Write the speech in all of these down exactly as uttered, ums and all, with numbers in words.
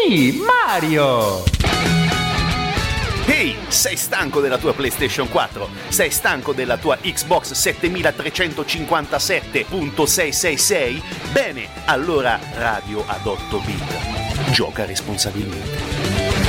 Sì, Mario! Ehi, sei stanco della tua PlayStation quattro? Sei stanco della tua Xbox setemilatrecentocinquantasette sei sei sei? Bene, allora Radio ad otto bit. Gioca responsabilmente.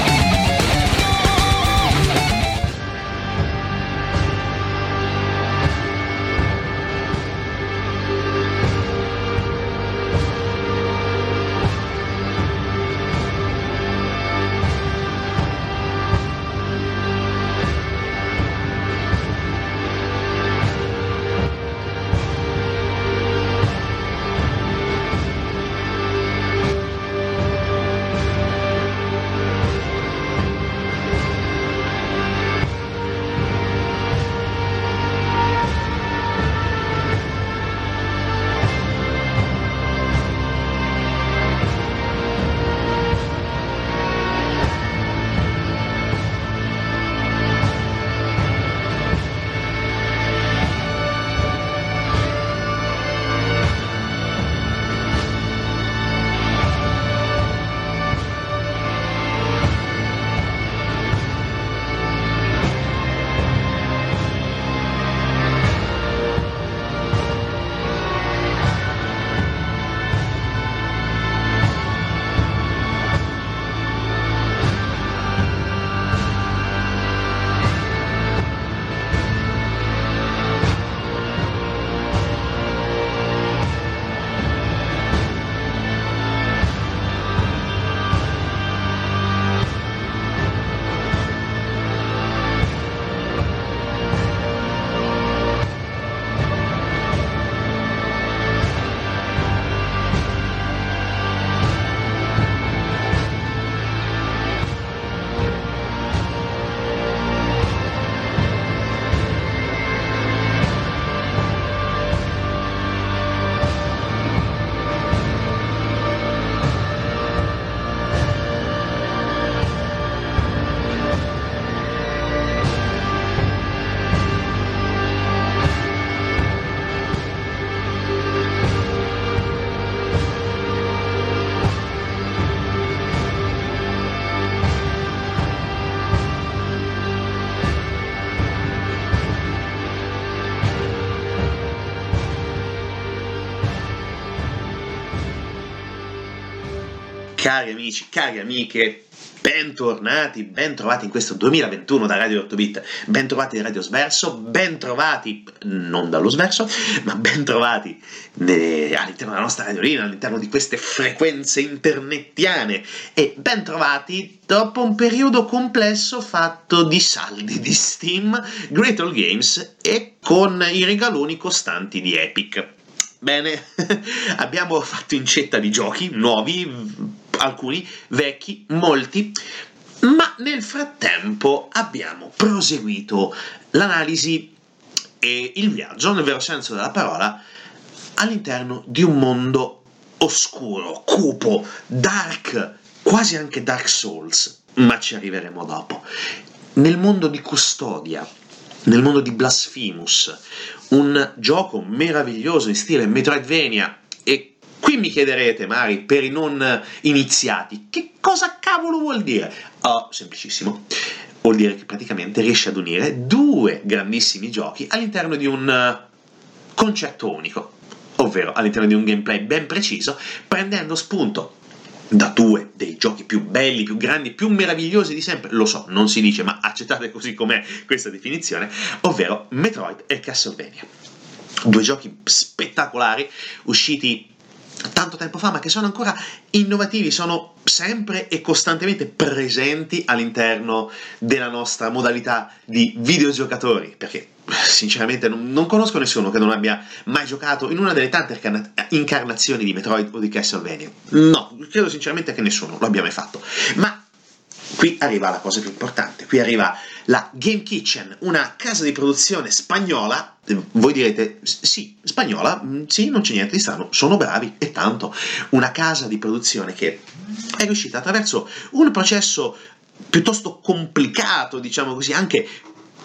Cari amici, cari amiche, bentornati, bentrovati in questo duemilaventuno da Radio otto bit, bentrovati in Radio Sverso, bentrovati, non dallo Sverso, ma bentrovati all'interno della nostra radiolina, all'interno di queste frequenze internettiane e bentrovati dopo un periodo complesso fatto di saldi di Steam, Great All Games e con i regaloni costanti di Epic. Bene, abbiamo fatto incetta di giochi nuovi, alcuni vecchi, molti, ma nel frattempo abbiamo proseguito l'analisi e il viaggio, nel vero senso della parola, all'interno di un mondo oscuro, cupo, dark, quasi anche Dark Souls, ma ci arriveremo dopo. Nel mondo di Custodia, nel mondo di Blasphemous, un gioco meraviglioso in stile Metroidvania. E qui mi chiederete, Mari, per i non iniziati, che cosa cavolo vuol dire? Oh, semplicissimo. Vuol dire che praticamente riesce ad unire due grandissimi giochi all'interno di un concetto unico, ovvero all'interno di un gameplay ben preciso, prendendo spunto da due dei giochi più belli, più grandi, più meravigliosi di sempre, lo so, non si dice, ma accettate così com'è questa definizione, ovvero Metroid e Castlevania. Due giochi spettacolari, usciti tanto tempo fa, ma che sono ancora innovativi, sono sempre e costantemente presenti all'interno della nostra modalità di videogiocatori, perché sinceramente non, non conosco nessuno che non abbia mai giocato in una delle tante incarna- incarnazioni di Metroid o di Castlevania. No, credo sinceramente che nessuno lo abbia mai fatto. Ma qui arriva la cosa più importante, qui arriva la Game Kitchen, una casa di produzione spagnola. Voi direte, sì, spagnola, sì, non c'è niente di strano, sono bravi, e tanto. Una casa di produzione che è riuscita attraverso un processo piuttosto complicato, diciamo così, anche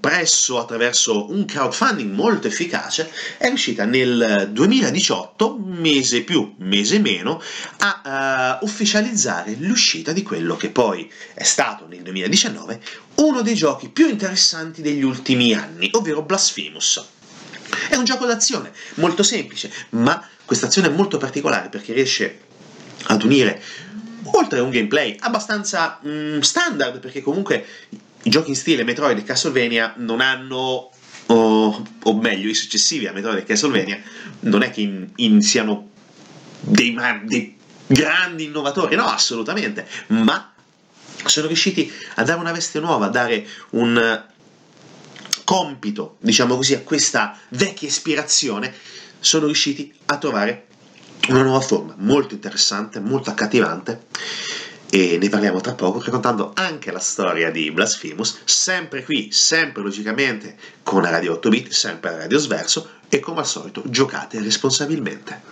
presso attraverso un crowdfunding molto efficace, è riuscita nel duemiladiciotto, mese più, mese meno, a uh, ufficializzare l'uscita di quello che poi è stato nel duemiladiciannove uno dei giochi più interessanti degli ultimi anni, ovvero Blasphemous. È un gioco d'azione molto semplice, ma questa azione è molto particolare perché riesce ad unire, oltre a un gameplay abbastanza mm, standard, perché comunque i giochi in stile Metroid e Castlevania non hanno, o, o meglio i successivi a Metroid e Castlevania, non è che in, in siano dei, dei grandi innovatori, no, assolutamente, ma sono riusciti a dare una veste nuova, a dare un compito, diciamo così, a questa vecchia ispirazione. Sono riusciti a trovare una nuova forma molto interessante, molto accattivante, e ne parliamo tra poco raccontando anche la storia di Blasphemous, sempre qui, sempre logicamente con Radio otto bit, sempre a Radio Sverso, e come al solito giocate responsabilmente.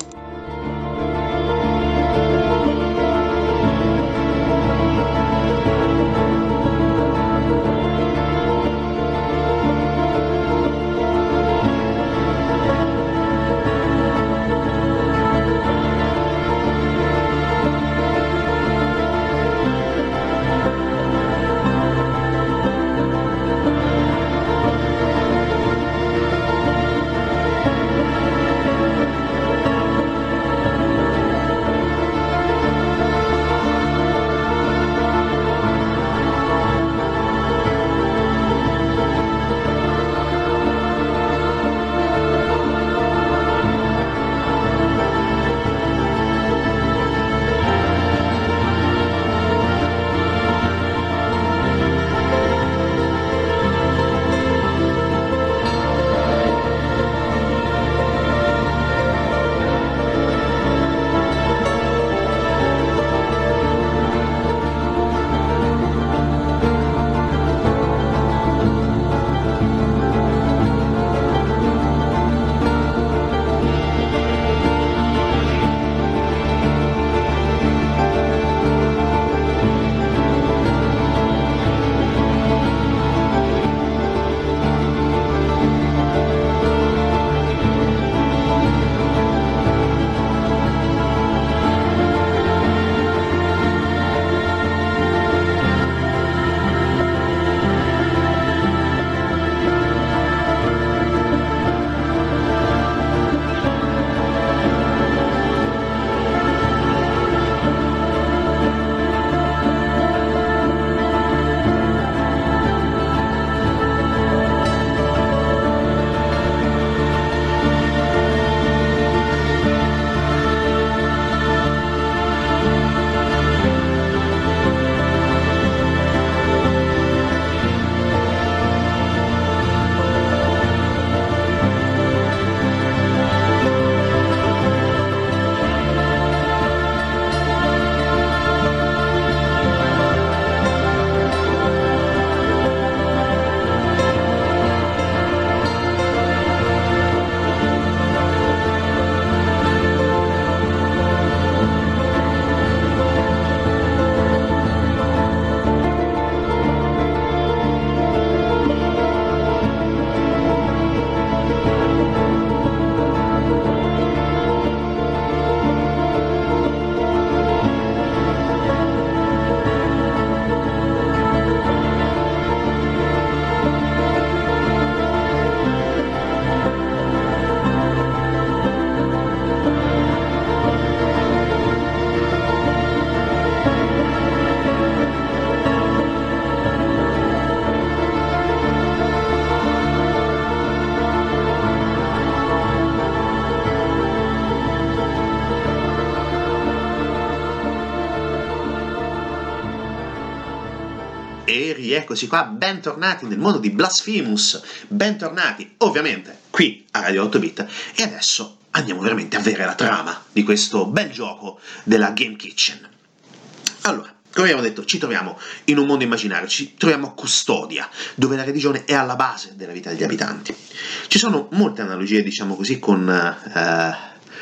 E rieccoci qua, bentornati nel mondo di Blasphemous, bentornati ovviamente qui a Radio otto bit, e adesso andiamo veramente a vedere la trama di questo bel gioco della Game Kitchen. Allora, come abbiamo detto, ci troviamo in un mondo immaginario, ci troviamo a Custodia, dove la religione è alla base della vita degli abitanti. Ci sono molte analogie, diciamo così, con uh,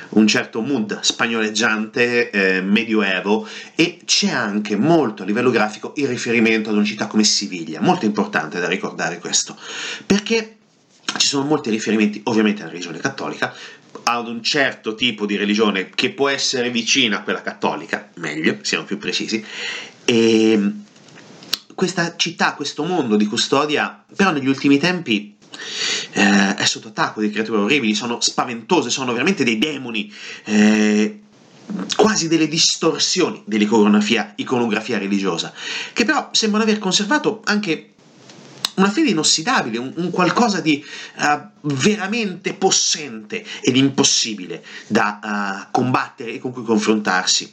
un certo mood spagnoleggiante, eh, medioevo, e c'è anche molto a livello grafico il riferimento ad una città come Siviglia, molto importante da ricordare questo, perché ci sono molti riferimenti ovviamente alla religione cattolica, ad un certo tipo di religione che può essere vicina a quella cattolica, meglio, siamo più precisi, e questa città, questo mondo di Custodia, però negli ultimi tempi eh, è sotto attacco di creature orribili, sono spaventose, sono veramente dei demoni, eh, quasi delle distorsioni dell'iconografia iconografia religiosa, che però sembrano aver conservato anche una fede inossidabile, un, un qualcosa di uh, veramente possente ed impossibile da uh, combattere e con cui confrontarsi.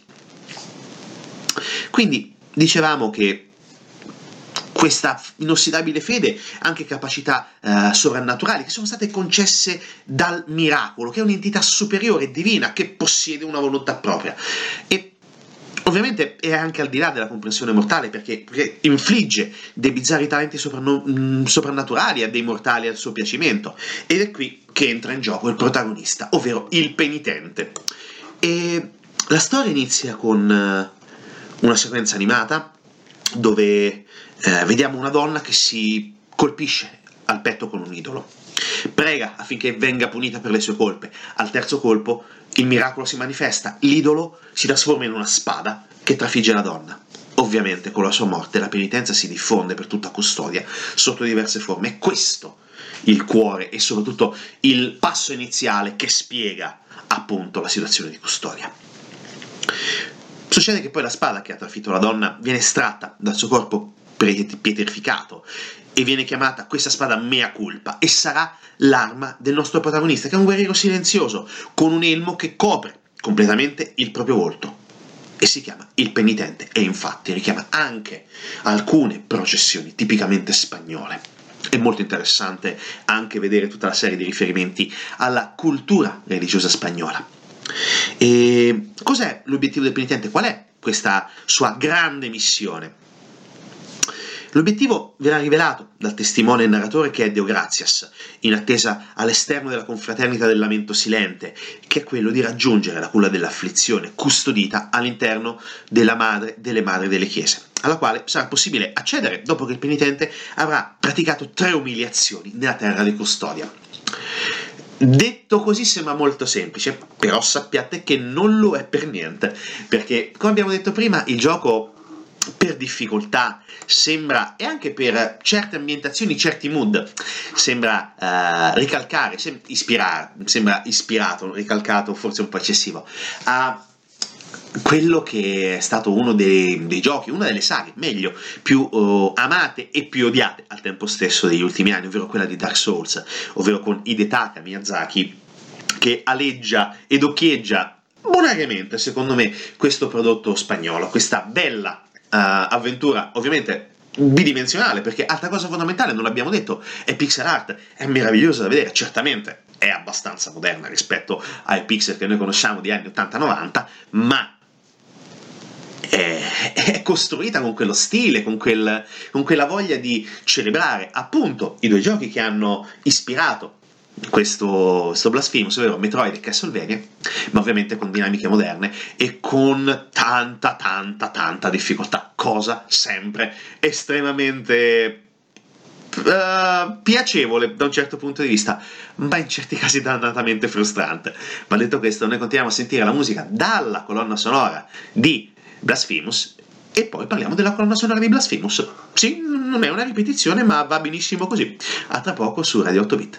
Quindi dicevamo che questa inossidabile fede ha anche capacità uh, sovrannaturali che sono state concesse dal miracolo, che è un'entità superiore, divina, che possiede una volontà propria. E ovviamente è anche al di là della comprensione mortale, perché, perché infligge dei bizzarri talenti sopranno- soprannaturali a dei mortali al suo piacimento, ed è qui che entra in gioco il protagonista, ovvero il penitente. E la storia inizia con uh, una sequenza animata dove uh, vediamo una donna che si colpisce al petto con un idolo, prega affinché venga punita per le sue colpe. Al terzo colpo il miracolo si manifesta, l'idolo si trasforma in una spada che trafigge la donna. Ovviamente con la sua morte la penitenza si diffonde per tutta Custodia sotto diverse forme. È questo il cuore e soprattutto il passo iniziale che spiega appunto la situazione di Custodia. Succede che poi la spada che ha trafitto la donna viene estratta dal suo corpo pietrificato e viene chiamata questa spada mea culpa, e sarà l'arma del nostro protagonista, che è un guerriero silenzioso con un elmo che copre completamente il proprio volto e si chiama il penitente, e infatti richiama anche alcune processioni tipicamente spagnole. È molto interessante anche vedere tutta la serie di riferimenti alla cultura religiosa spagnola. E cos'è l'obiettivo del penitente? Qual è questa sua grande missione? L'obiettivo verrà rivelato dal testimone e narratore, che è Deo Gratias, in attesa all'esterno della confraternita del lamento silente, che è quello di raggiungere la culla dell'afflizione custodita all'interno della madre delle madri delle chiese, alla quale sarà possibile accedere dopo che il penitente avrà praticato tre umiliazioni nella terra di Custodia. Detto così sembra molto semplice, però sappiate che non lo è per niente, perché, come abbiamo detto prima, il gioco per difficoltà sembra, e anche per certe ambientazioni, certi mood, sembra uh, ricalcare, sem- ispirare, sembra ispirato, ricalcato forse un po' eccessivo, a quello che è stato uno dei, dei giochi, una delle saghe, meglio, più uh, amate e più odiate al tempo stesso degli ultimi anni, ovvero quella di Dark Souls, ovvero con Hidetaka Miyazaki, che aleggia ed occhieggia bonariamente, secondo me, questo prodotto spagnolo, questa bella Uh, avventura, ovviamente bidimensionale, perché altra cosa fondamentale, non l'abbiamo detto, è pixel art, è meravigliosa da vedere, certamente è abbastanza moderna rispetto ai pixel che noi conosciamo di anni ottanta novanta, ma è, è costruita con quello stile, con, quel, con quella voglia di celebrare appunto i due giochi che hanno ispirato questo, questo Blasphemous, ovvero Metroid e Castlevania, ma ovviamente con dinamiche moderne e con tanta tanta tanta difficoltà, cosa sempre estremamente uh, piacevole da un certo punto di vista, ma in certi casi dannatamente frustrante. Ma detto questo, noi continuiamo a sentire la musica dalla colonna sonora di Blasphemous e poi parliamo della colonna sonora di Blasphemous. Sì, non è una ripetizione, ma va benissimo così. A tra poco su Radio otto bit.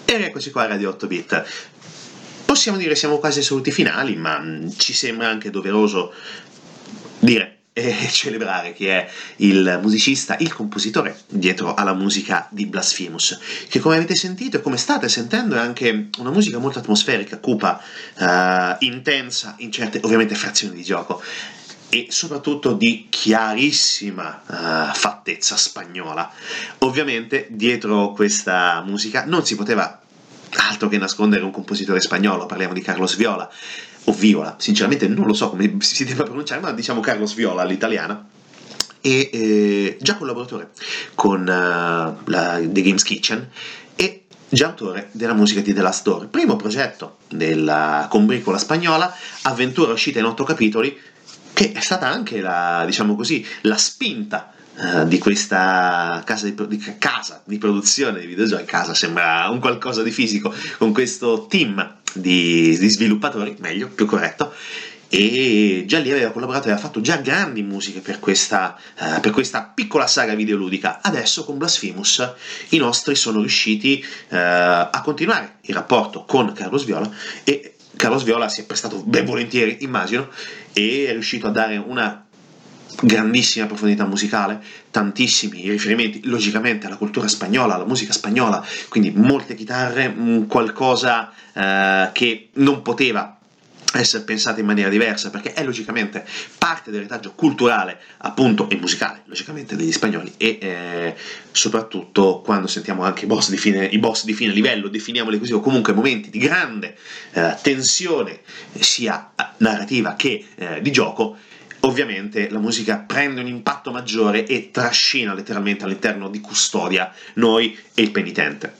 E eccoci qua a Radio otto bit. Possiamo dire siamo quasi ai saluti finali, ma ci sembra anche doveroso dire e celebrare chi è il musicista, il compositore dietro alla musica di Blasphemous, che come avete sentito e come state sentendo è anche una musica molto atmosferica, cupa, uh, intensa in certe ovviamente frazioni di gioco e soprattutto di chiarissima uh, fattezza spagnola. Ovviamente dietro questa musica non si poteva altro che nascondere un compositore spagnolo, parliamo di Carlos Viola, o Viola, sinceramente non lo so come si deve pronunciare, ma diciamo Carlos Viola all'italiana, e eh, già collaboratore con uh, la, The Games Kitchen e già autore della musica di The Last Door, primo progetto della combricola spagnola, avventura uscita in otto capitoli, che è stata anche la, diciamo così, la spinta Uh, di questa casa di, di, casa di produzione di videogiochi. Casa sembra un qualcosa di fisico, con questo team di, di sviluppatori, meglio, più corretto, e già lì aveva collaborato e aveva fatto già grandi musiche per questa, uh, per questa piccola saga videoludica. Adesso con Blasphemous i nostri sono riusciti uh, a continuare il rapporto con Carlos Viola, e Carlos Viola si è prestato ben volentieri, immagino, e è riuscito a dare una grandissima profondità musicale, tantissimi riferimenti logicamente alla cultura spagnola, alla musica spagnola, quindi molte chitarre, qualcosa eh, che non poteva essere pensato in maniera diversa, perché è logicamente parte del retaggio culturale appunto e musicale logicamente degli spagnoli, e eh, soprattutto quando sentiamo anche i boss di fine, i boss di fine livello, definiamoli così, o comunque momenti di grande eh, tensione sia narrativa che eh, di gioco, ovviamente la musica prende un impatto maggiore e trascina letteralmente all'interno di Custodia noi e il penitente.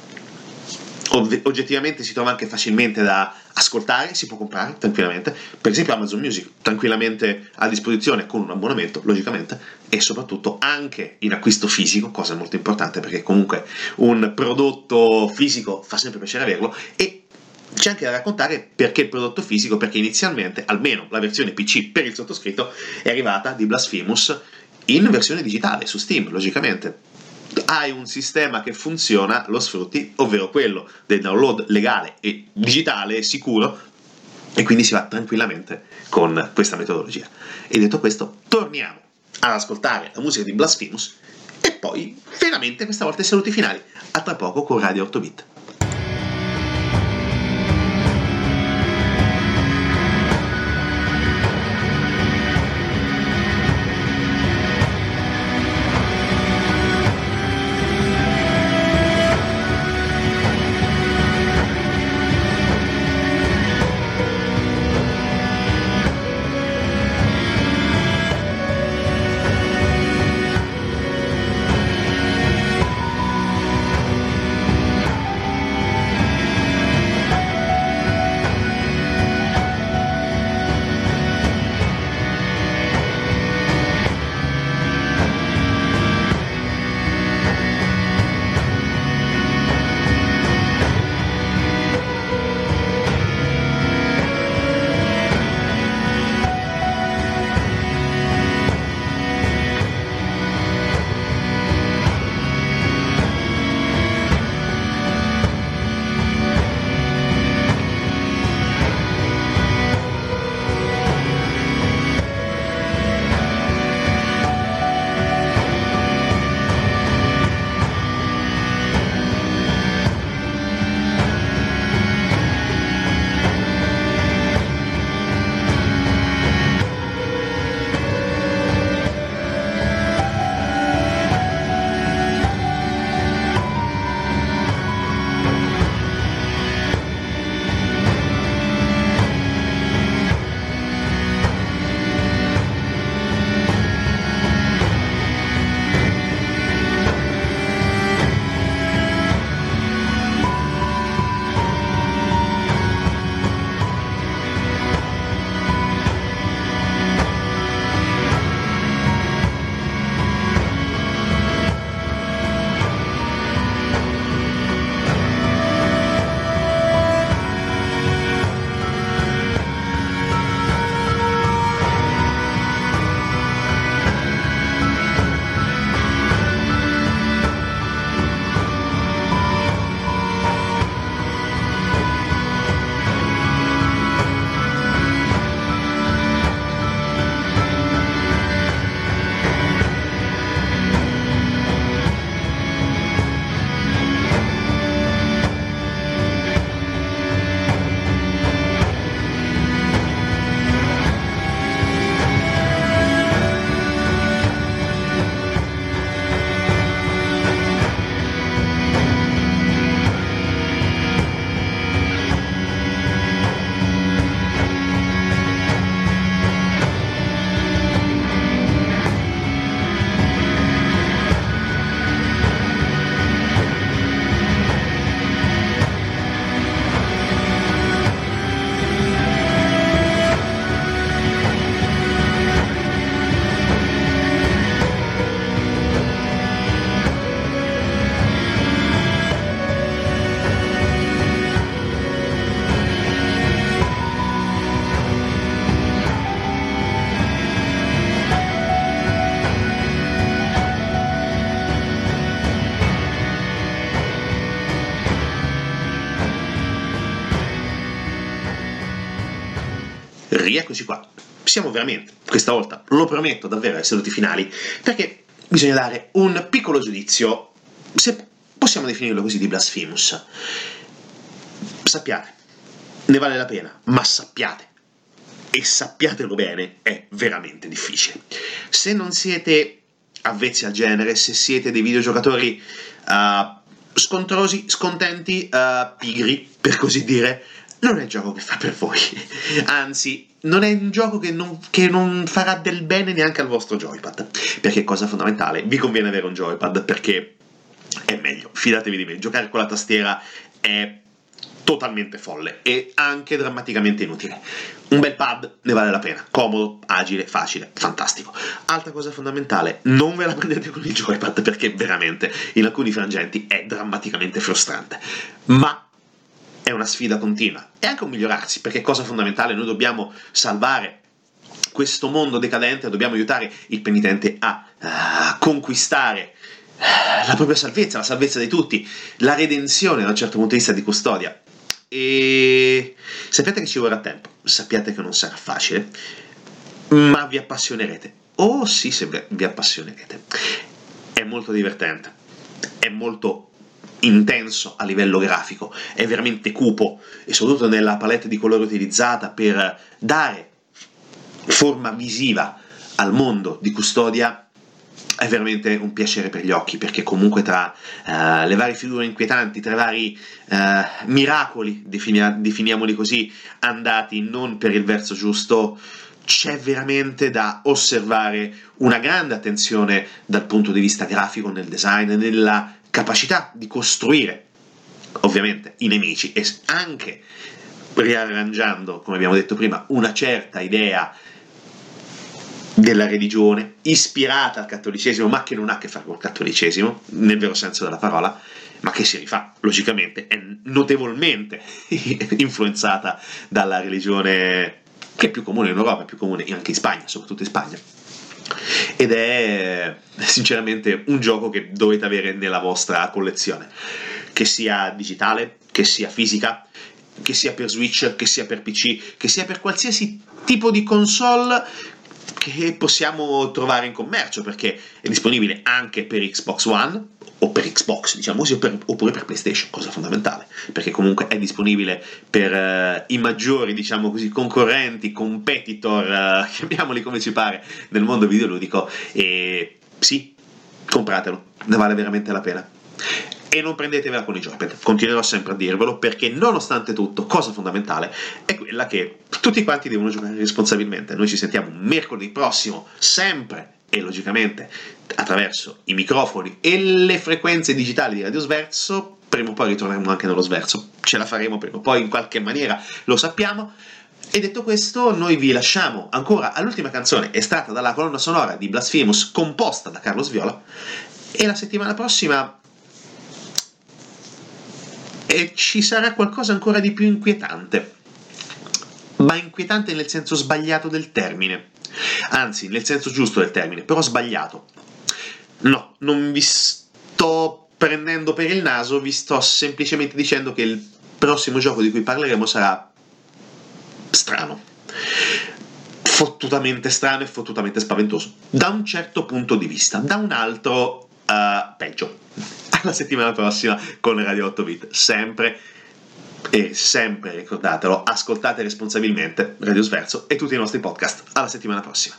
Ov- oggettivamente si trova anche facilmente da ascoltare, si può comprare tranquillamente, per esempio Amazon Music, tranquillamente a disposizione con un abbonamento logicamente, e soprattutto anche in acquisto fisico, cosa molto importante perché comunque un prodotto fisico fa sempre piacere averlo. E c'è anche da raccontare perché il prodotto fisico, perché inizialmente, almeno la versione P C per il sottoscritto, è arrivata di Blasphemous in versione digitale su Steam, logicamente. Hai un sistema che funziona, lo sfrutti, ovvero quello del download legale e digitale sicuro, e quindi si va tranquillamente con questa metodologia. E detto questo, torniamo ad ascoltare la musica di Blasphemous e poi veramente questa volta i saluti finali. A tra poco con Radio otto bit. rieccoci qua. Siamo veramente, questa volta, lo prometto davvero, ai saluti finali, perché bisogna dare un piccolo giudizio, se possiamo definirlo così, di Blasphemous. Sappiate, ne vale la pena, ma sappiate, e sappiatelo bene, è veramente difficile. Se non siete avvezzi al genere, se siete dei videogiocatori uh, scontrosi, scontenti, uh, pigri, per così dire, non è il gioco che fa per voi. Anzi, non è un gioco che non, che non farà del bene neanche al vostro joypad, perché cosa fondamentale, vi conviene avere un joypad, perché è meglio, fidatevi di me, giocare con la tastiera è totalmente folle e anche drammaticamente inutile. Un bel pad ne vale la pena, comodo, agile, facile, fantastico. Altra cosa fondamentale, non ve la prendete con il joypad, perché veramente in alcuni frangenti è drammaticamente frustrante, ma è una sfida continua e anche un migliorarsi, perché cosa fondamentale, noi dobbiamo salvare questo mondo decadente, dobbiamo aiutare il penitente a uh, conquistare la propria salvezza, la salvezza di tutti, la redenzione da un certo punto di vista di custodia. E sappiate che ci vorrà tempo, sappiate che non sarà facile, ma vi appassionerete. Oh sì, se vi appassionerete. È molto divertente, è molto intenso a livello grafico, è veramente cupo, e soprattutto nella palette di colori utilizzata per dare forma visiva al mondo di Custodia. È veramente un piacere per gli occhi, perché comunque tra uh, le varie figure inquietanti, tra i vari uh, miracoli, definia- definiamoli così, andati non per il verso giusto, c'è veramente da osservare una grande attenzione dal punto di vista grafico nel design, nella capacità di costruire, ovviamente, i nemici, e anche riarrangiando, come abbiamo detto prima, una certa idea della religione ispirata al cattolicesimo, ma che non ha a che fare col cattolicesimo nel vero senso della parola, ma che si rifà logicamente, è notevolmente influenzata dalla religione che è più comune in Europa, è più comune anche in Spagna, soprattutto in Spagna, ed è sinceramente un gioco che dovete avere nella vostra collezione, che sia digitale, che sia fisica, che sia per Switch, che sia per P C, che sia per qualsiasi tipo di console che possiamo trovare in commercio, perché è disponibile anche per Xbox One o per Xbox, diciamo così, oppure per PlayStation, cosa fondamentale, perché comunque è disponibile per uh, i maggiori, diciamo così, concorrenti, competitor, uh, chiamiamoli come ci pare, nel mondo videoludico, e sì, compratelo, ne vale veramente la pena. E non prendetevela con i joypad, continuerò sempre a dirvelo, perché nonostante tutto, cosa fondamentale è quella che tutti quanti devono giocare responsabilmente. Noi ci sentiamo mercoledì prossimo, sempre e logicamente attraverso i microfoni e le frequenze digitali di Radio Sverso. Prima o poi ritorneremo anche nello Sverso, ce la faremo prima o poi in qualche maniera, lo sappiamo. E detto questo, noi vi lasciamo ancora all'ultima canzone estratta dalla colonna sonora di Blasphemous, composta da Carlos Viola, e la settimana prossima e ci sarà qualcosa ancora di più inquietante, ma inquietante nel senso sbagliato del termine, anzi nel senso giusto del termine, però sbagliato. No, non vi sto prendendo per il naso, vi sto semplicemente dicendo che il prossimo gioco di cui parleremo sarà strano, fottutamente strano e fottutamente spaventoso, da un certo punto di vista, da un altro uh, peggio. Alla settimana prossima con Radio otto bit, sempre e sempre ricordatelo, ascoltate responsabilmente Radio Sverso e tutti i nostri podcast. Alla settimana prossima.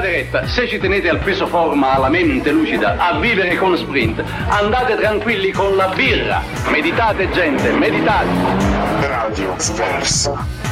date retta, se ci tenete al peso forma, alla mente lucida, a vivere con sprint, andate tranquilli con la birra. Meditate gente, meditate. Radio Sverso.